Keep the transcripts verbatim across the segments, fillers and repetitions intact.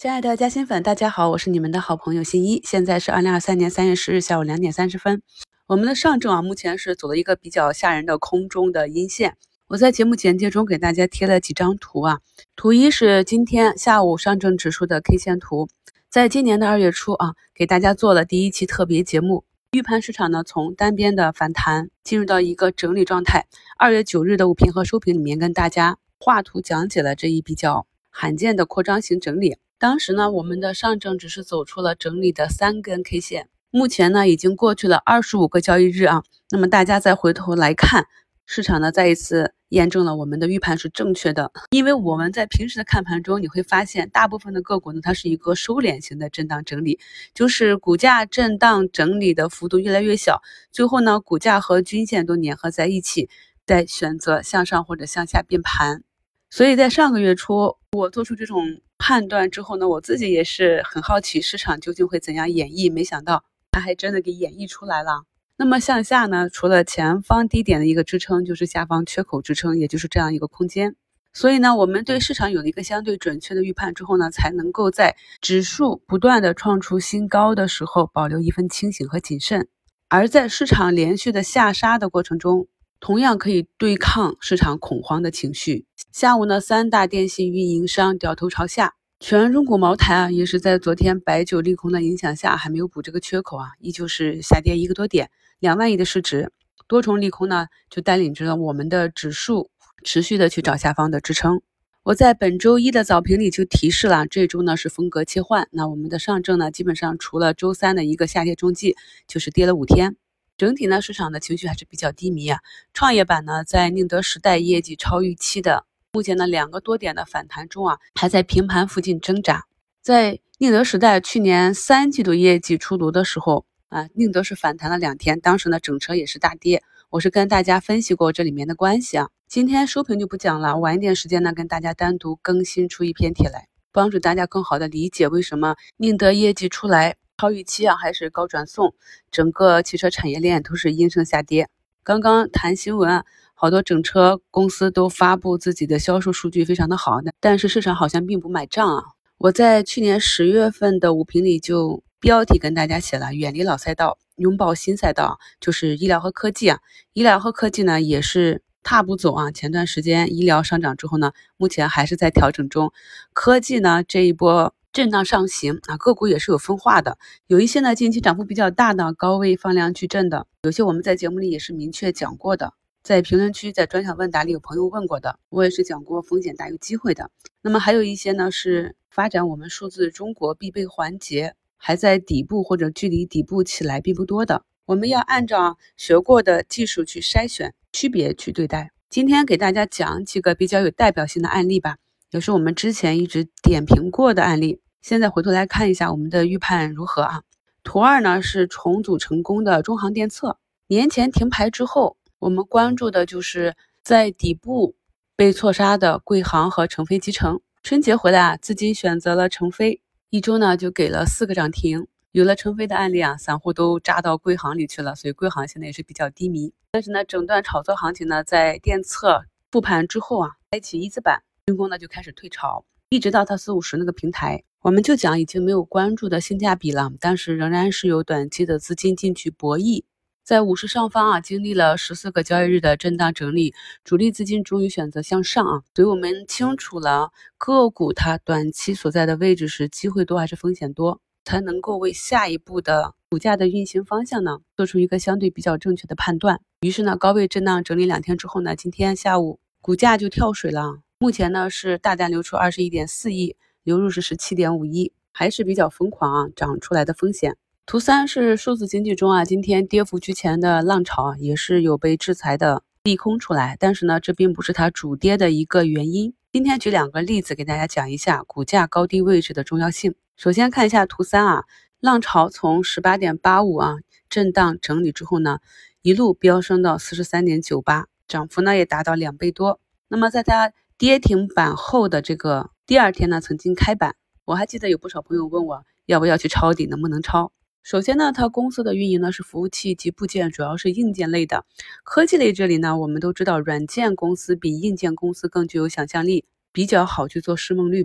亲爱的嘉兴粉，大家好，我是你们的好朋友新一。现在是二零二三年三月十日下午两点三十分。我们的上证啊，目前是走了一个比较吓人的空中的阴线。我在节目简介中给大家贴了几张图啊。图一是今天下午上证指数的 K 线图。在今年的二月初啊，给大家做了第一期特别节目。预判市场呢，从单边的反弹进入到一个整理状态。二月九日的午评和收评里面跟大家画图讲解了这一比较罕见的扩张型整理。当时呢，我们的上证只是走出了整理的三根 K 线，目前呢已经过去了二十五个交易日啊。那么大家再回头来看，市场呢再一次验证了我们的预判是正确的。因为我们在平时的看盘中，你会发现大部分的个股呢，它是一个收敛型的震荡整理，就是股价震荡整理的幅度越来越小，最后呢股价和均线都粘合在一起，再选择向上或者向下变盘。所以在上个月初，我做出这种判断之后呢，我自己也是很好奇市场究竟会怎样演绎，没想到它还真的给演绎出来了。那么向下呢，除了前方低点的一个支撑，就是下方缺口支撑，也就是这样一个空间。所以呢，我们对市场有了一个相对准确的预判之后呢，才能够在指数不断的创出新高的时候保留一份清醒和谨慎。而在市场连续的下杀的过程中，同样可以对抗市场恐慌的情绪。下午呢，三大电信运营商掉头朝下，全中国茅台啊，也是在昨天白酒利空的影响下，还没有补这个缺口啊，依旧是下跌一个多点，两万亿的市值。多重利空呢，就带领着我们的指数持续的去找下方的支撑。我在本周一的早评里就提示了，这周呢是风格切换。那我们的上证呢，基本上除了周三的一个下跌中继，就是跌了五天。整体呢，市场的情绪还是比较低迷啊。创业板呢，在宁德时代业绩超预期的目前呢两个多点的反弹中啊，还在平盘附近挣扎。在宁德时代去年三季度业绩出炉的时候啊，宁德是反弹了两天，当时呢整车也是大跌。我是跟大家分析过这里面的关系啊。今天收评就不讲了，晚一点时间呢跟大家单独更新出一篇帖来，帮助大家更好的理解为什么宁德业绩出来超预期啊，还是高转送，整个汽车产业链都是应声下跌。刚刚谈新闻啊，好多整车公司都发布自己的销售数据非常的好，但是市场好像并不买账啊。我在去年十月份的午评里就标题跟大家写了，远离老赛道，拥抱新赛道，就是医疗和科技啊。医疗和科技呢也是踏步走啊。前段时间医疗上涨之后呢，目前还是在调整中。科技呢这一波震荡上行啊，个股也是有分化的，有一些呢近期涨幅比较大的，高位放量矩阵的，有些我们在节目里也是明确讲过的，在评论区在专享问答里有朋友问过的，我也是讲过风险大于机会的。那么还有一些呢是发展我们数字中国必备环节，还在底部或者距离底部起来并不多的，我们要按照学过的技术去筛选，区别去对待。今天给大家讲几个比较有代表性的案例吧，也是我们之前一直点评过的案例。现在回头来看一下我们的预判如何啊？图二呢是重组成功的中航电测，年前停牌之后，我们关注的就是在底部被错杀的贵航和成飞集成。春节回来啊，资金选择了成飞，一周呢就给了四个涨停。有了成飞的案例啊，散户都扎到贵航里去了，所以贵航现在也是比较低迷。但是呢，整段炒作行情呢，在电测复盘之后啊，开启一字板军工呢就开始退潮，一直到它四五十那个平台，我们就讲已经没有关注的性价比了，但是仍然是有短期的资金进去博弈。在五十上方啊，经历了十四个交易日的震荡整理，主力资金终于选择向上啊，所以我们清楚了个股它短期所在的位置是机会多还是风险多，才能够为下一步的股价的运行方向呢做出一个相对比较正确的判断。于是呢，高位震荡整理两天之后呢，今天下午股价就跳水了，目前呢是大单流出 二十一点四亿，流入是 十七点五亿，还是比较疯狂啊，涨出来的风险。图三是数字经济中啊，今天跌幅居前的浪潮也是有被制裁的利空出来，但是呢，这并不是它主跌的一个原因。今天举两个例子给大家讲一下股价高低位置的重要性。首先看一下图三啊，浪潮从 十八点八五 啊震荡整理之后呢，一路飙升到 四十三点九八， 涨幅呢也达到两倍多。那么在它跌停板后的这个第二天呢，曾经开板，我还记得有不少朋友问我要不要去抄底，能不能抄。首先呢，它公司的运营呢是服务器及部件，主要是硬件类的。科技类这里呢，我们都知道软件公司比硬件公司更具有想象力，比较好去做市梦率嘛。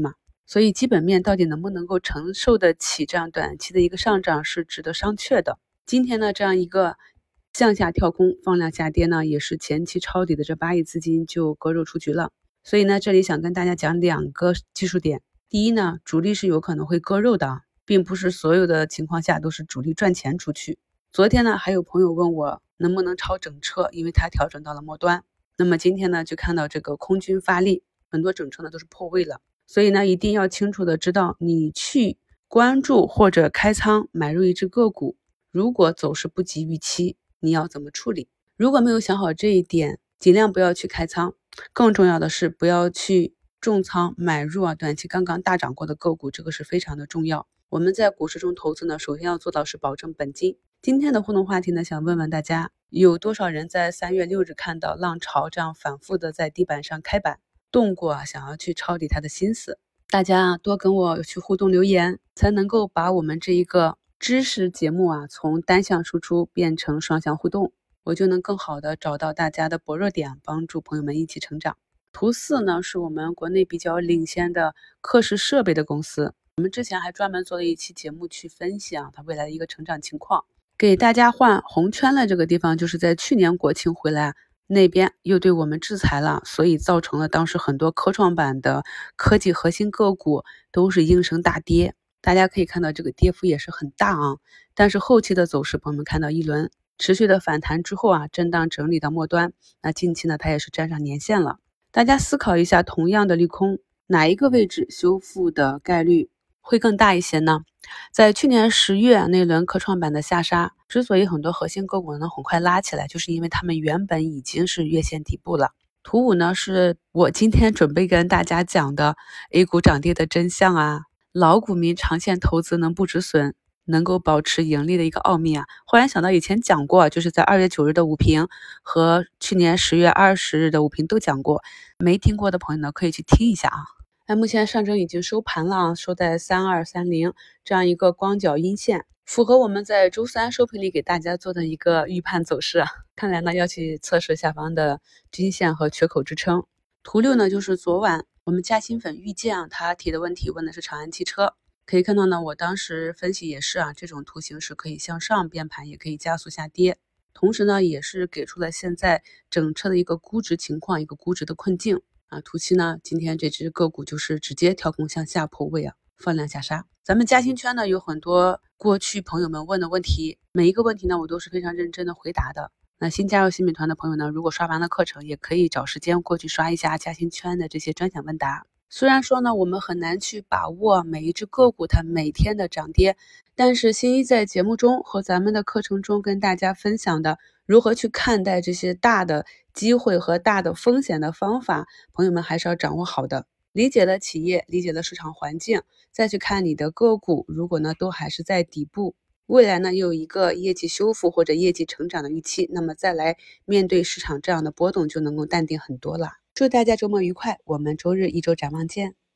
所以基本面到底能不能够承受得起这样短期的一个上涨是值得商榷的。今天呢，这样一个向下跳空放量下跌呢，也是前期抄底的这八亿资金就割肉出局了。所以呢，这里想跟大家讲两个技术点。第一呢，主力是有可能会割肉的，并不是所有的情况下都是主力赚钱出去。昨天呢，还有朋友问我能不能抄整车，因为它调整到了末端。那么今天呢，就看到这个空军发力，很多整车呢都是破位了。所以呢，一定要清楚的知道，你去关注或者开仓买入一只个股，如果走势不及预期，你要怎么处理？如果没有想好这一点，尽量不要去开仓。更重要的是，不要去重仓买入啊短期刚刚大涨过的个股，这个是非常的重要。我们在股市中投资呢，首先要做到是保证本金。今天的互动话题呢，想问问大家，有多少人在三月六日看到浪潮这样反复的在地板上开板，动过啊想要去抄底它的心思？大家多跟我去互动留言，才能够把我们这一个知识节目啊从单向输出变成双向互动，我就能更好的找到大家的薄弱点，帮助朋友们一起成长。图四呢，是我们国内比较领先的刻蚀设备的公司，我们之前还专门做了一期节目去分析啊它未来的一个成长情况。给大家换红圈的这个地方，就是在去年国庆回来那边又对我们制裁了，所以造成了当时很多科创板的科技核心个股都是应声大跌。大家可以看到这个跌幅也是很大啊，但是后期的走势，朋友们看到一轮持续的反弹之后啊，震荡整理到末端，那近期呢它也是站上年线了。大家思考一下，同样的利空，哪一个位置修复的概率会更大一些呢？在去年十月那轮科创板的下杀，之所以很多核心个股能很快拉起来，就是因为他们原本已经是月线底部了。图五呢，是我今天准备跟大家讲的 A 股涨跌的真相啊，老股民长线投资能不止损，能够保持盈利的一个奥秘啊。忽然想到以前讲过，就是在二月九日的午评和去年十月二十日的午评都讲过，没听过的朋友呢可以去听一下啊。那目前上证已经收盘了，收在三二三零这样一个光脚阴线，符合我们在周三收评里给大家做的一个预判走势啊。看来呢要去测试下方的均线和缺口支撑。图六呢，就是昨晚我们嘉兴粉遇见啊，他提的问题问的是长安汽车，可以看到呢，我当时分析也是啊，这种图形是可以向上变盘，也可以加速下跌，同时呢也是给出了现在整车的一个估值情况，一个估值的困境。啊，图七呢，今天这只个股就是直接跳空向下破位啊，放量下杀。咱们嘉兴圈呢有很多过去朋友们问的问题，每一个问题呢我都是非常认真的回答的。那新加入新美团的朋友呢，如果刷完了课程，也可以找时间过去刷一下嘉兴圈的这些专享问答。虽然说呢，我们很难去把握每一只个股它每天的涨跌，但是新一在节目中和咱们的课程中跟大家分享的如何去看待这些大的机会和大的风险的方法，朋友们还是要掌握好的。理解了企业，理解了市场环境，再去看你的个股，如果呢都还是在底部，未来呢又有一个业绩修复或者业绩成长的预期，那么再来面对市场这样的波动就能够淡定很多了。祝大家周末愉快，我们周日一周展望见。